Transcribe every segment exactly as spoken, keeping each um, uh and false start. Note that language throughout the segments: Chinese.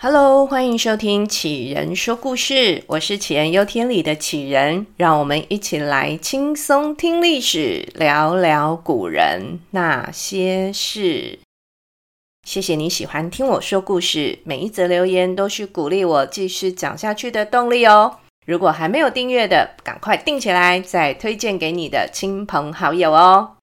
Hello， 欢迎收听杞人说故事，我是杞人忧天里的杞人，让我们一起来轻松听历史，聊聊古人那些事。谢谢你喜欢听我说故事，每一则留言都是鼓励我继续讲下去的动力哦。如果还没有订阅的，赶快订起来，再推荐给你的亲朋好友哦。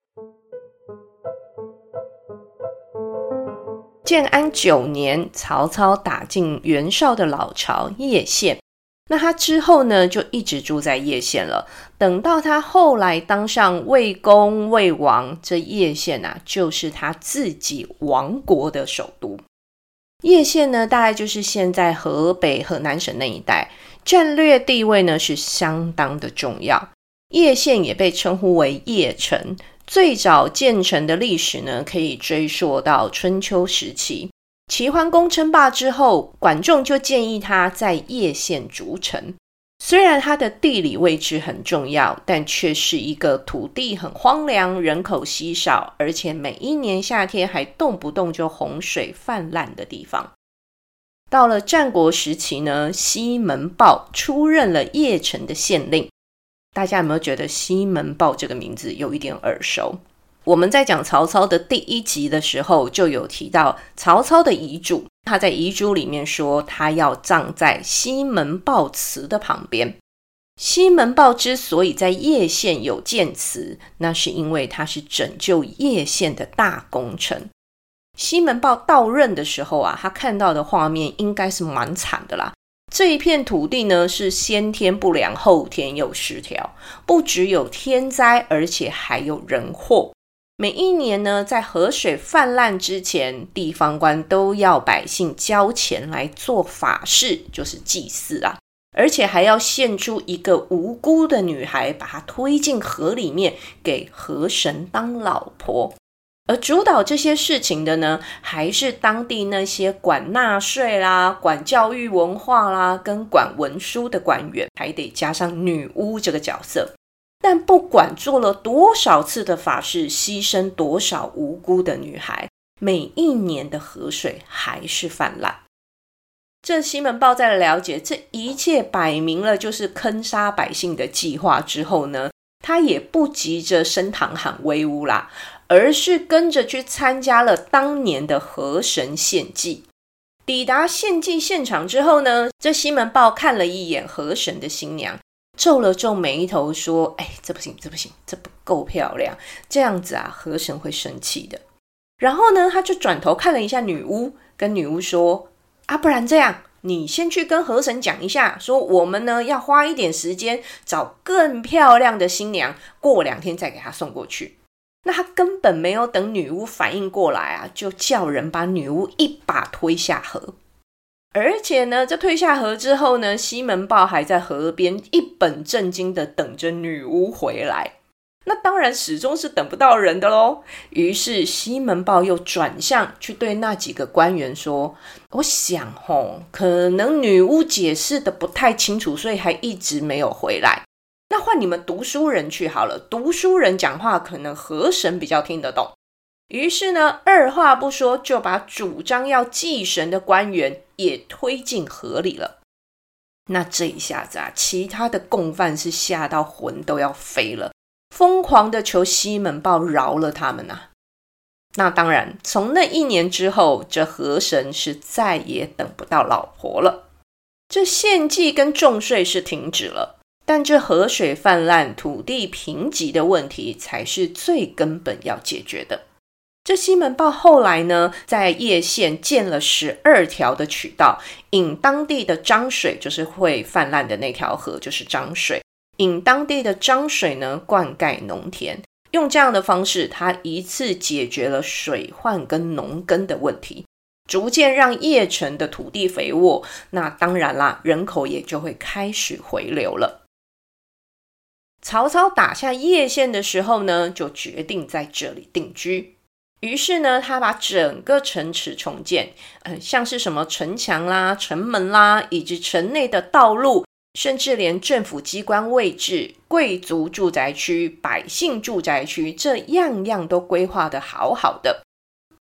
建安九年，曹操打进袁绍的老巢叶县，那他之后呢，就一直住在叶县了。等到他后来当上魏公、魏王，这叶县啊，就是他自己王国的首都。叶县呢，大概就是现在河北、河南省那一带，战略地位呢是相当的重要。叶县也被称呼为邺城。最早建成的历史呢，可以追溯到春秋时期。齐桓公称霸之后，管仲就建议他在叶县筑城。虽然它的地理位置很重要，但却是一个土地很荒凉、人口稀少，而且每一年夏天还动不动就洪水泛滥的地方。到了战国时期呢，西门豹出任了邺城的县令。大家有没有觉得西门豹这个名字有一点耳熟？我们在讲曹操的第一集的时候就有提到曹操的遗嘱，他在遗嘱里面说他要葬在西门豹祠的旁边。西门豹之所以在叶县有建祠，那是因为他是拯救叶县的大功臣。西门豹到任的时候啊，他看到的画面应该是蛮惨的啦。这一片土地呢，是先天不良，后天又失调，不只有天灾，而且还有人祸。每一年呢，在河水泛滥之前，地方官都要百姓交钱来做法事，就是祭祀啊，而且还要献出一个无辜的女孩，把她推进河里面，给河神当老婆。而主导这些事情的呢，还是当地那些管纳税啦、管教育文化啦、跟管文书的官员，还得加上女巫这个角色。但不管做了多少次的法事，牺牲多少无辜的女孩，每一年的河水还是泛滥。这西门豹在了解这一切摆明了就是坑杀百姓的计划之后呢，他也不急着升堂喊威武啦，而是跟着去参加了当年的河神献祭。抵达献祭现场之后呢，这西门豹看了一眼河神的新娘，皱了皱眉头说，哎，这不行这不行，这不够漂亮，这样子啊，河神会生气的。然后呢，他就转头看了一下女巫，跟女巫说，啊，不然这样，你先去跟河神讲一下，说我们呢要花一点时间找更漂亮的新娘，过两天再给她送过去。那他根本没有等女巫反应过来啊，就叫人把女巫一把推下河。而且呢，这推下河之后呢，西门豹还在河边一本正经的等着女巫回来。那当然始终是等不到人的咯。于是西门豹又转向去对那几个官员说，我想吼，可能女巫解释的不太清楚，所以还一直没有回来。那换你们读书人去好了，读书人讲话可能河神比较听得懂。于是呢，二话不说就把主张要祭神的官员也推进河里了。那这一下子啊，其他的共犯是吓到魂都要飞了，疯狂的求西门豹饶了他们啊。那当然，从那一年之后，这河神是再也等不到老婆了。这献祭跟重税是停止了，但这河水泛滥、土地贫瘠的问题才是最根本要解决的。这西门豹后来呢，在叶县建了十二条的渠道，引当地的漳水，就是会泛滥的那条河，就是漳水，引当地的漳水呢灌溉农田。用这样的方式，他一次解决了水患跟农耕的问题，逐渐让邺城的土地肥沃，那当然啦，人口也就会开始回流了。曹操打下邺县的时候呢，就决定在这里定居。于是呢，他把整个城池重建，呃，像是什么城墙啦、城门啦，以及城内的道路，甚至连政府机关位置、贵族住宅区、百姓住宅区，这样样都规划得好好的。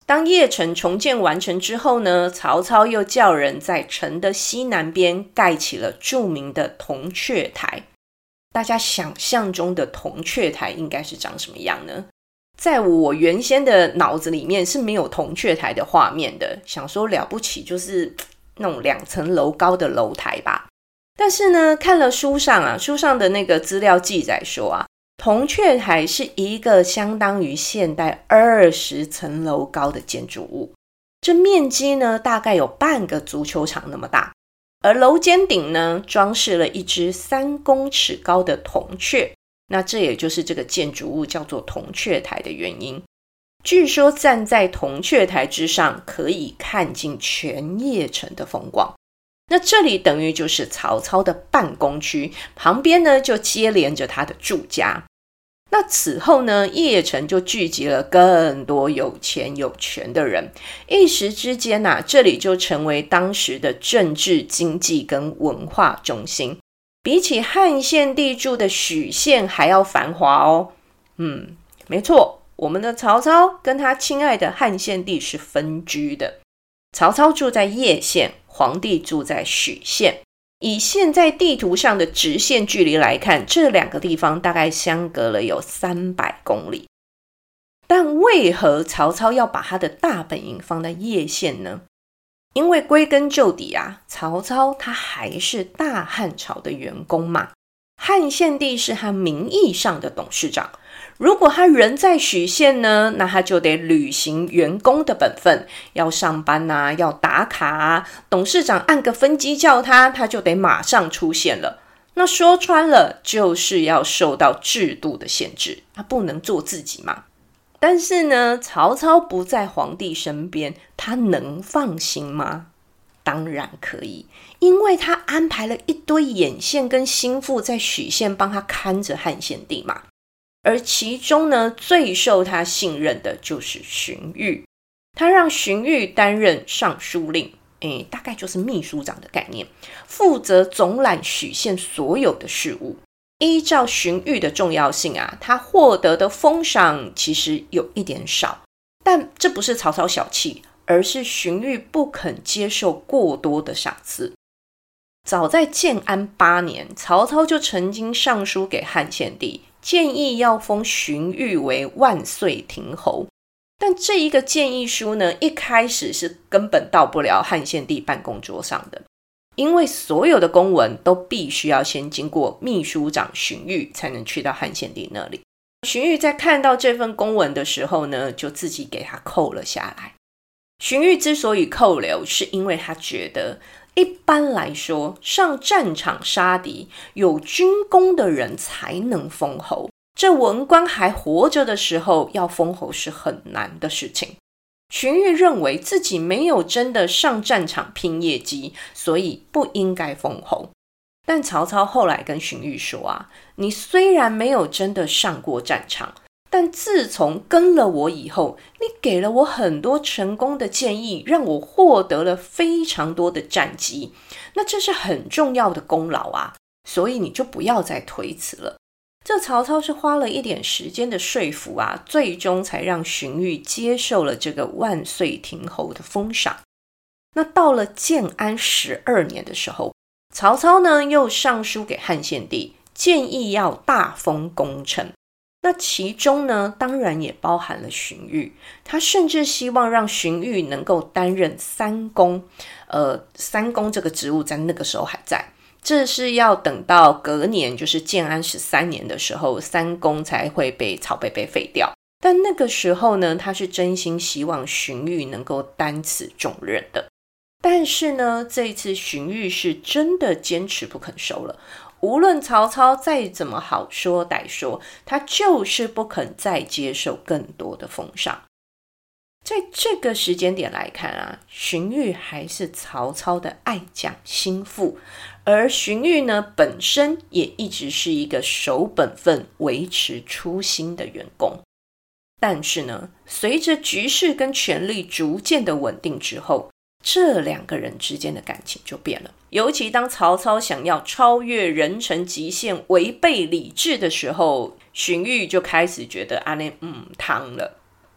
当邺城重建完成之后呢，曹操又叫人在城的西南边盖起了著名的铜雀台。大家想象中的铜雀台应该是长什么样呢？在我原先的脑子里面是没有铜雀台的画面的，想说了不起就是那种两层楼高的楼台吧。但是呢，看了书上啊，书上的那个资料记载说啊，铜雀台是一个相当于现代二十层楼高的建筑物，这面积呢大概有半个足球场那么大，而楼尖顶呢装饰了一只三公尺高的铜雀，那这也就是这个建筑物叫做铜雀台的原因。据说站在铜雀台之上可以看尽全邺城的风光。那这里等于就是曹操的办公区，旁边呢就接连着他的住家。那此后呢，邺城就聚集了更多有钱有权的人，一时之间啊，这里就成为当时的政治、经济跟文化中心，比起汉献帝住的许县还要繁华哦。嗯，没错，我们的曹操跟他亲爱的汉献帝是分居的。曹操住在邺县，皇帝住在许县。以现在地图上的直线距离来看，这两个地方大概相隔了有三百公里。但为何曹操要把他的大本营放在邺县呢？因为归根究底啊，曹操他还是大汉朝的员工嘛。汉献帝是他名义上的董事长，如果他人在许县呢，那他就得履行员工的本分，要上班啊，要打卡啊，董事长按个分机叫他，他就得马上出现了。那说穿了，就是要受到制度的限制，他不能做自己嘛。但是呢，曹操不在皇帝身边，他能放心吗？当然可以，因为他安排了一堆眼线跟心腹在许县帮他看着汉献帝嘛。而其中呢，最受他信任的就是荀彧，他让荀彧担任尚书令，诶，大概就是秘书长的概念，负责总揽许县所有的事务。依照荀彧的重要性啊，他获得的封赏其实有一点少，但这不是曹操小气，而是荀彧不肯接受过多的赏赐。早在建安八年，曹操就曾经上书给汉献帝，建议要封荀彧为万岁亭侯。但这一个建议书呢，一开始是根本到不了汉献帝办公桌上的，因为所有的公文都必须要先经过秘书长荀彧才能去到汉献帝那里。荀彧在看到这份公文的时候呢，就自己给他扣了下来。荀彧之所以扣留，是因为他觉得一般来说，上战场杀敌，有军功的人才能封侯。这文官还活着的时候，要封侯是很难的事情。荀彧认为自己没有真的上战场拼业绩，所以不应该封侯。但曹操后来跟荀彧说啊，你虽然没有真的上过战场，但自从跟了我以后，你给了我很多成功的建议，让我获得了非常多的战绩，那这是很重要的功劳啊，所以你就不要再推辞了。这曹操是花了一点时间的说服啊，最终才让荀彧接受了这个万岁亭侯的封赏。那到了建安十二年的时候，曹操呢又上书给汉献帝，建议要大封功臣。那其中呢，当然也包含了荀彧，他甚至希望让荀彧能够担任三公，呃，三公这个职务在那个时候还在，这是要等到隔年，就是建安十三年的时候，三公才会被曹贝贝废掉。但那个时候呢，他是真心希望荀彧能够担此重任的。但是呢，这一次荀彧是真的坚持不肯收了。无论曹操再怎么好说歹说，他就是不肯再接受更多的封赏。在这个时间点来看啊，荀彧还是曹操的爱将心腹，而荀彧呢，本身也一直是一个守本分、维持初心的员工。但是呢，随着局势跟权力逐渐的稳定之后，这两个人之间的感情就变了。尤其当曹操想要超越人臣极限，违背理智的时候，荀彧就开始觉得啊那嗯汤了。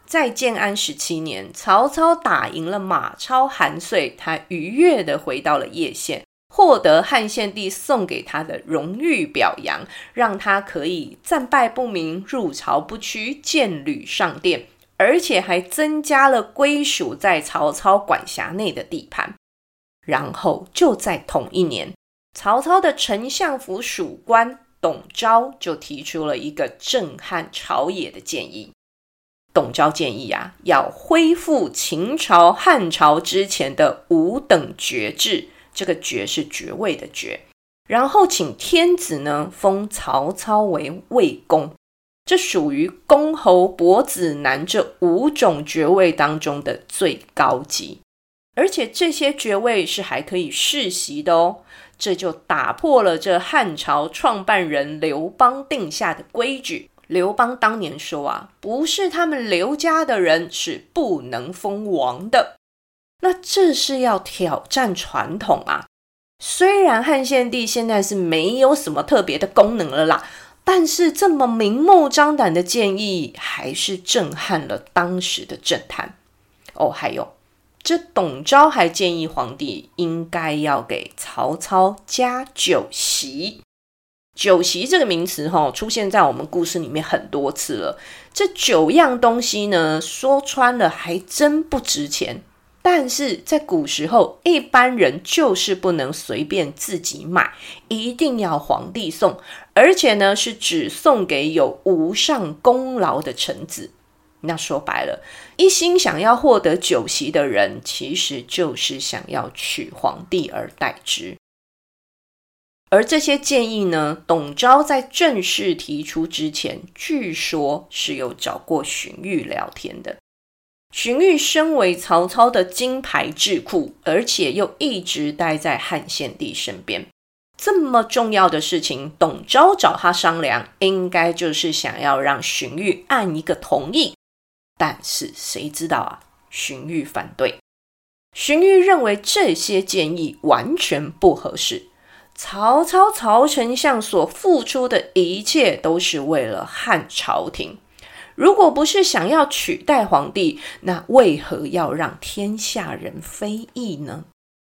在建安十七年，曹操打赢了马超、韩遂，他愉悦地回到了邺县，获得汉献帝送给他的荣誉表扬，让他可以战败不明，入朝不趋，剑履上殿，而且还增加了归属在曹操管辖内的地盘。然后就在同一年，曹操的丞相府属官董昭就提出了一个震撼朝野的建议。董昭建议啊，要恢复秦朝、汉朝之前的五等爵制，这个爵是爵位的爵，然后请天子呢封曹操为魏公，这属于公侯伯子男这五种爵位当中的最高级，而且这些爵位是还可以世袭的哦。这就打破了这汉朝创办人刘邦定下的规矩。刘邦当年说啊，不是他们刘家的人是不能封王的。那这是要挑战传统啊。虽然汉献帝现在是没有什么特别的功能了啦，但是这么明目张胆的建议还是震撼了当时的政坛。哦，还有这董昭还建议皇帝应该要给曹操加酒席。酒席这个名词、哦、出现在我们故事里面很多次了。这九样东西呢，说穿了还真不值钱，但是在古时候一般人就是不能随便自己买，一定要皇帝送，而且呢是只送给有无上功劳的臣子。那说白了，一心想要获得酒席的人，其实就是想要取皇帝而代之。而这些建议呢，董昭在正式提出之前，据说是有找过荀彧聊天的。荀彧身为曹操的金牌智库，而且又一直待在汉献帝身边，这么重要的事情，董昭找他商量，应该就是想要让荀彧按一个同意。但是谁知道啊，荀彧反对。荀彧认为这些建议完全不合适。曹操曹丞相所付出的一切都是为了汉朝廷，如果不是想要取代皇帝，那为何要让天下人非议呢？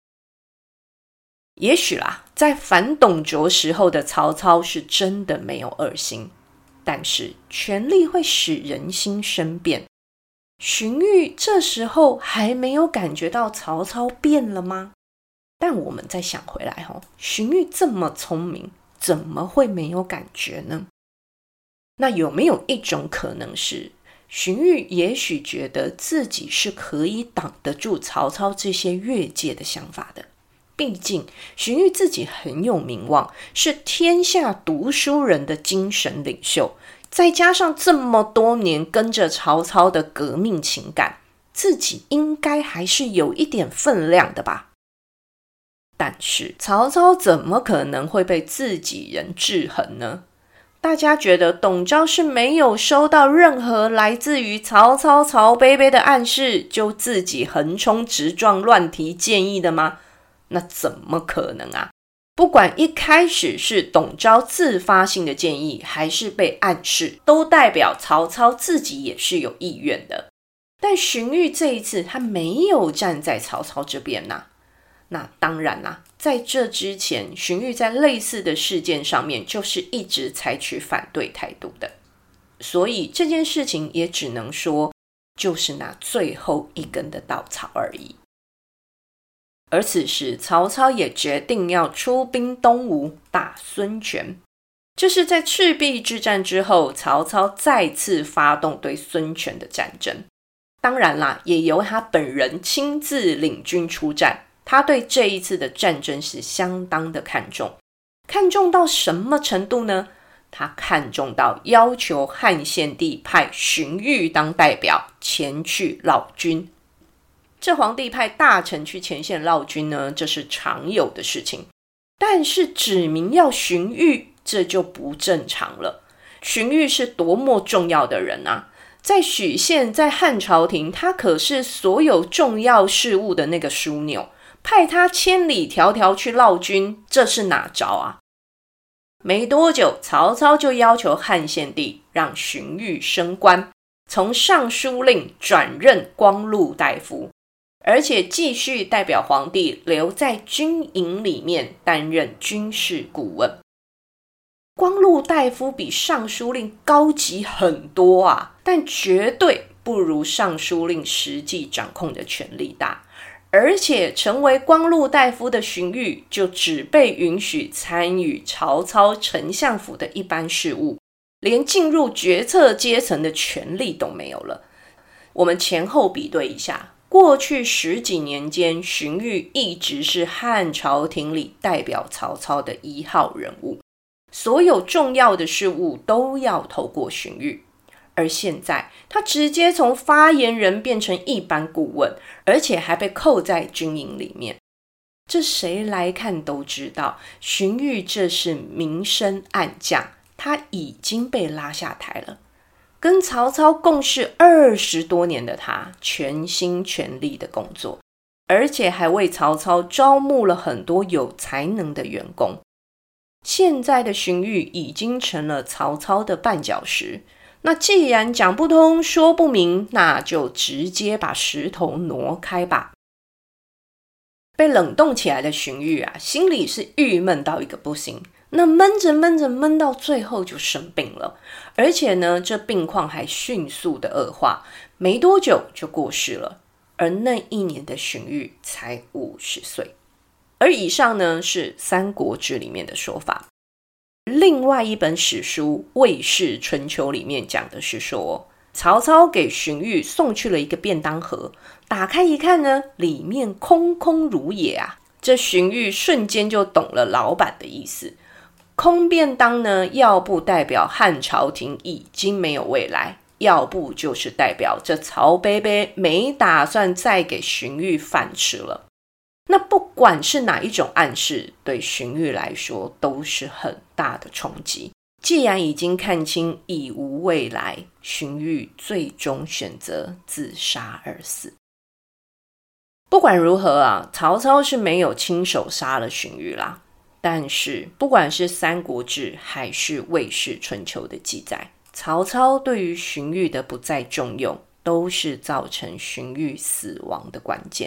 也许啦，在反董卓时候的曹操是真的没有二心，但是权力会使人心生变。荀彧这时候还没有感觉到曹操变了吗？但我们再想回来、哦、荀彧这么聪明，怎么会没有感觉呢？那有没有一种可能是，荀彧也许觉得自己是可以挡得住曹操这些越界的想法的？毕竟荀彧自己很有名望，是天下读书人的精神领袖，再加上这么多年跟着曹操的革命情感，自己应该还是有一点分量的吧。但是曹操怎么可能会被自己人制衡呢？大家觉得董昭是没有收到任何来自于曹操曹贝贝的暗示，就自己横冲直撞乱提建议的吗？那怎么可能啊？不管一开始是董昭自发性的建议，还是被暗示，都代表曹操自己也是有意愿的。但荀彧这一次他没有站在曹操这边啊。那当然啦，在这之前，荀彧在类似的事件上面就是一直采取反对态度的，所以这件事情也只能说就是那最后一根的稻草而已。而此时曹操也决定要出兵东吴打孙权，这是在赤壁之战之后，曹操再次发动对孙权的战争。当然啦，也由他本人亲自领军出战，他对这一次的战争是相当的看重。看重到什么程度呢？他看重到要求汉献帝派荀彧当代表前去劳军。这皇帝派大臣去前线劳军呢，这是常有的事情，但是指明要荀彧，这就不正常了。荀彧是多么重要的人啊！在许县，在汉朝廷，他可是所有重要事务的那个枢纽，派他千里迢迢去劳军，这是哪招啊？没多久，曹操就要求汉献帝让荀彧升官， 从尚书令转任光禄大夫，而且继续代表皇帝留在军营里面担任军事顾问。光禄大夫比尚书令高级很多啊，但绝对不如尚书令实际掌控的权力大。而且成为光禄大夫的荀彧就只被允许参与曹操丞相府的一般事务，连进入决策阶层的权利都没有了。我们前后比对一下，过去十几年间，荀彧一直是汉朝廷里代表曹操的一号人物，所有重要的事务都要透过荀彧。而现在他直接从发言人变成一般顾问，而且还被扣在军营里面，这谁来看都知道荀彧这是明升暗降，他已经被拉下台了。跟曹操共事二十多年的他全心全力的工作，而且还为曹操招募了很多有才能的员工。现在的荀彧已经成了曹操的绊脚石，那既然讲不通说不明，那就直接把石头挪开吧。被冷冻起来的荀彧啊，心里是郁闷到一个不行，那闷着闷着闷到最后就生病了，而且呢，这病况还迅速的恶化，没多久就过世了。而那一年的荀彧才五十岁。而以上呢是《三国志》里面的说法。另外一本史书《魏氏春秋》里面讲的是说，曹操给荀彧送去了一个便当盒，打开一看呢，里面空空如也啊！这荀彧瞬间就懂了老板的意思。空便当呢，要不代表汉朝廷已经没有未来，要不就是代表这曹伯伯没打算再给荀彧饭吃了。那不管是哪一种暗示，对荀彧来说都是很大的冲击。既然已经看清已无未来，荀彧最终选择自杀而死。不管如何啊，曹操是没有亲手杀了荀彧啦。但是不管是《三国志》还是《魏氏春秋》的记载，曹操对于荀彧的不再重用，都是造成荀彧死亡的关键。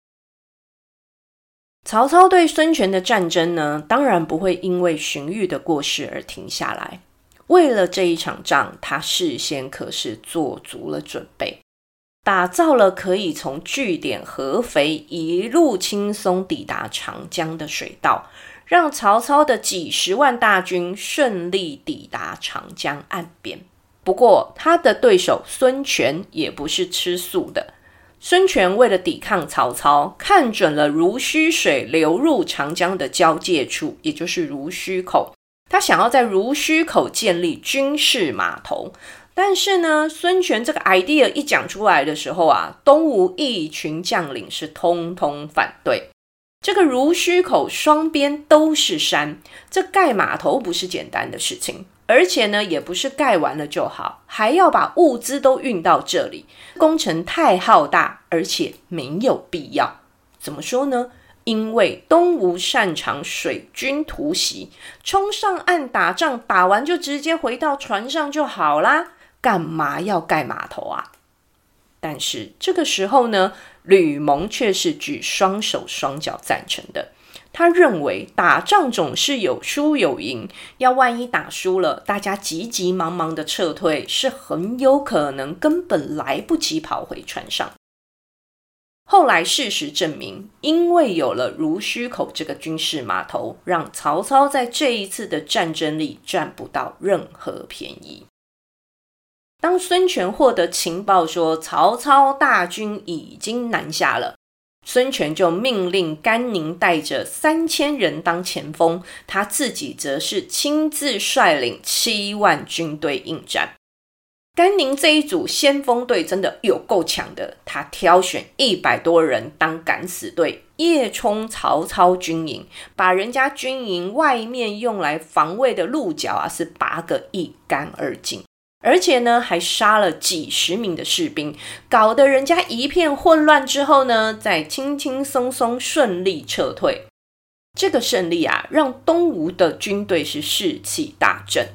曹操对孙权的战争呢，当然不会因为荀彧的过世而停下来。为了这一场仗，他事先可是做足了准备，打造了可以从据点合肥一路轻松抵达长江的水道，让曹操的几十万大军顺利抵达长江岸边。不过他的对手孙权也不是吃素的，孙权为了抵抗曹操，看准了濡须水流入长江的交界处，也就是濡须口，他想要在濡须口建立军事码头。但是呢，孙权这个 idea 一讲出来的时候啊，东吴一群将领是通通反对。这个濡须口双边都是山，这盖码头不是简单的事情，而且呢，也不是盖完了就好，还要把物资都运到这里，工程太浩大，而且没有必要。怎么说呢？因为东吴擅长水军突袭，冲上岸打仗，打完就直接回到船上就好啦，干嘛要盖码头啊？但是这个时候呢，吕蒙却是举双手双脚赞成的。他认为打仗总是有输有赢，要万一打输了，大家急急忙忙的撤退，是很有可能根本来不及跑回船上。后来事实证明，因为有了濡须口这个军事码头，让曹操在这一次的战争里占不到任何便宜。当孙权获得情报说曹操大军已经南下了，孙权就命令甘宁带着三千人当前锋，他自己则是亲自率领七万军队应战。甘宁这一组先锋队真的有够强的，他挑选一百多人当敢死队，夜冲曹操军营，把人家军营外面用来防卫的鹿角啊，是拔个一干二净。而且呢，还杀了几十名的士兵，搞得人家一片混乱之后呢，再轻轻松松顺利撤退。这个胜利啊，让东吴的军队是士气大振，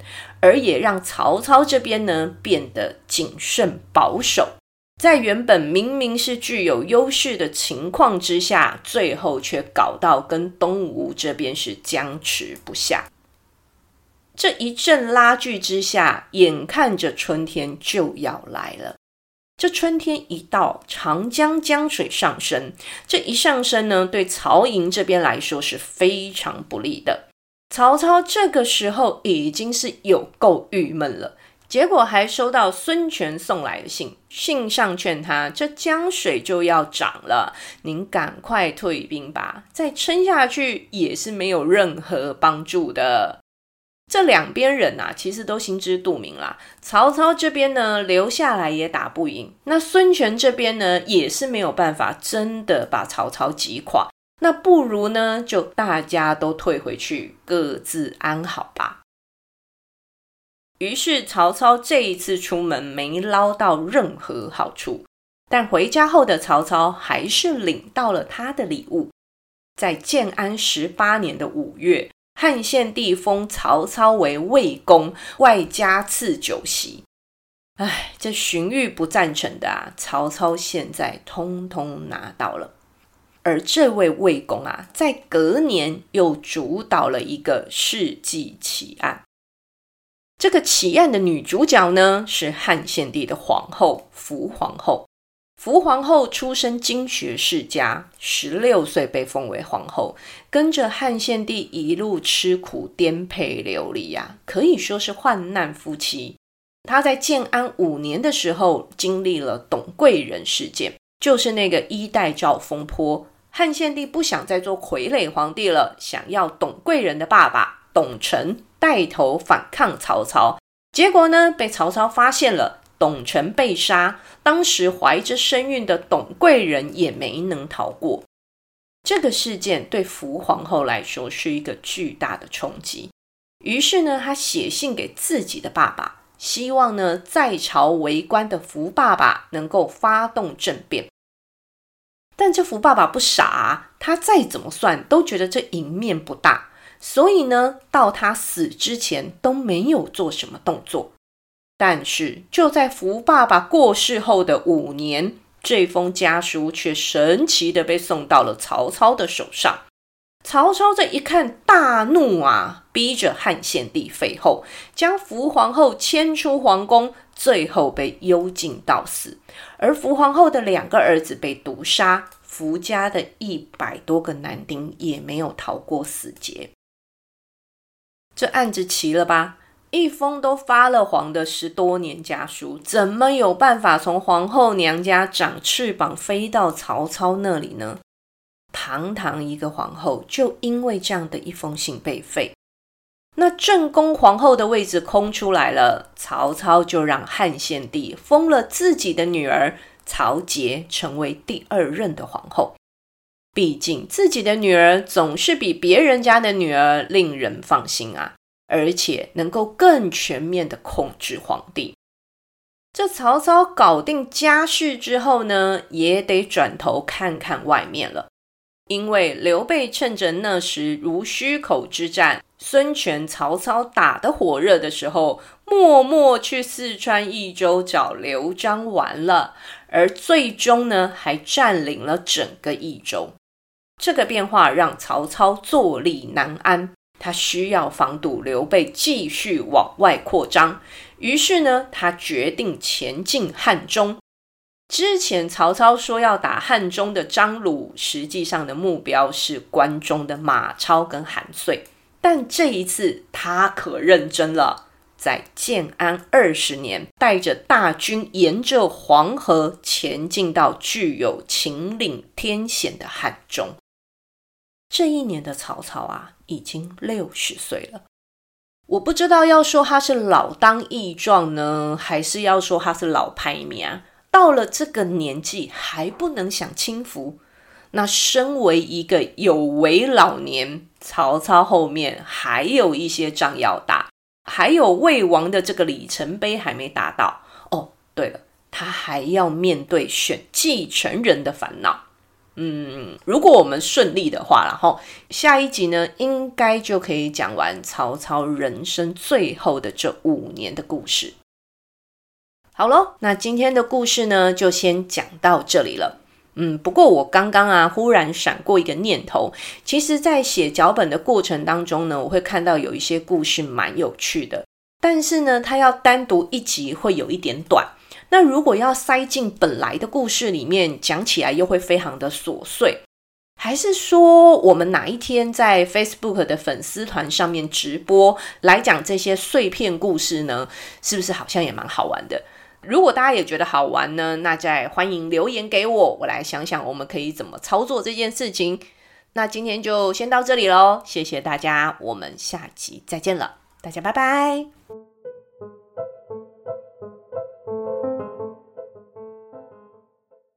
而也让曹操这边呢变得谨慎保守，在原本明明是具有优势的情况之下，最后却搞到跟东吴这边是僵持不下。这一阵拉锯之下，眼看着春天就要来了。这春天一到，长江江水上升，这一上升呢，对曹营这边来说是非常不利的。曹操这个时候已经是有够郁闷了，结果还收到孙权送来的信，信上劝他，这江水就要涨了，您赶快退兵吧，再撑下去也是没有任何帮助的。这两边人啊，其实都心知肚明啦。曹操这边呢，留下来也打不赢；那孙权这边呢，也是没有办法真的把曹操击垮。那不如呢，就大家都退回去，各自安好吧。于是曹操这一次出门没捞到任何好处，但回家后的曹操还是领到了他的礼物。在建安十八年的五月，汉献帝封曹操为魏公，外加赐酒席。哎，这荀彧不赞成的啊，曹操现在通通拿到了。而这位魏公啊，在隔年又主导了一个世纪奇案。这个奇案的女主角呢，是汉献帝的皇后伏皇后。伏皇后出身经学世家，十六岁被封为皇后，跟着汉献帝一路吃苦颠沛流离啊，可以说是患难夫妻。她在建安五年的时候，经历了董贵人事件，就是那个衣带诏风波。汉献帝不想再做傀儡皇帝了，想要董贵人的爸爸董承带头反抗曹操，结果呢，被曹操发现了，董承被杀，当时怀着身孕的董贵人也没能逃过。这个事件对伏皇后来说是一个巨大的冲击，于是呢，她写信给自己的爸爸，希望呢，在朝为官的伏爸爸能够发动政变。但这伏爸爸不傻啊，他再怎么算都觉得这赢面不大，所以呢，到他死之前都没有做什么动作。但是就在伏爸爸过世后的五年，这封家书却神奇的被送到了曹操的手上。曹操这一看大怒啊，逼着汉献帝废后，将伏皇后迁出皇宫，最后被幽禁到死。而伏皇后的两个儿子被毒杀，伏家的一百多个男丁也没有逃过死劫。这案子奇了吧？一封都发了黄的十多年家书，怎么有办法从皇后娘家长翅膀飞到曹操那里呢？堂堂一个皇后，就因为这样的一封信被废。那正宫皇后的位置空出来了，曹操就让汉献帝封了自己的女儿曹节成为第二任的皇后。毕竟自己的女儿总是比别人家的女儿令人放心啊，而且能够更全面的控制皇帝。这曹操搞定家事之后呢，也得转头看看外面了。因为刘备趁着那时濡须口之战，孙权曹操打得火热的时候，默默去四川益州找刘璋玩了，而最终呢，还占领了整个益州。这个变化让曹操坐立难安，他需要防堵刘备继续往外扩张，于是呢，他决定前进汉中。之前曹操说要打汉中的张鲁，实际上的目标是关中的马超跟韩遂，但这一次他可认真了，在建安二十年，带着大军沿着黄河前进到具有秦岭天险的汉中。这一年的曹操啊，已经六十岁了。我不知道要说他是老当益壮呢，还是要说他是老拍命。到了这个年纪还不能享清福，那身为一个有为老年，曹操后面还有一些仗要打，还有魏王的这个里程碑还没达到。哦，对了，他还要面对选继承人的烦恼。 嗯，如果我们顺利的话，然后下一集呢，应该就可以讲完曹操人生最后的这五年的故事。好咯，那今天的故事呢，就先讲到这里了。嗯，不过我刚刚啊，忽然闪过一个念头，其实在写脚本的过程当中呢，我会看到有一些故事蛮有趣的，但是呢，它要单独一集会有一点短。那如果要塞进本来的故事里面，讲起来又会非常的琐碎。还是说我们哪一天在 Facebook 的粉丝团上面直播来讲这些碎片故事呢？是不是好像也蛮好玩的？如果大家也觉得好玩呢，那再欢迎留言给我，我来想想我们可以怎么操作这件事情。那今天就先到这里咯，谢谢大家，我们下集再见了，大家拜拜。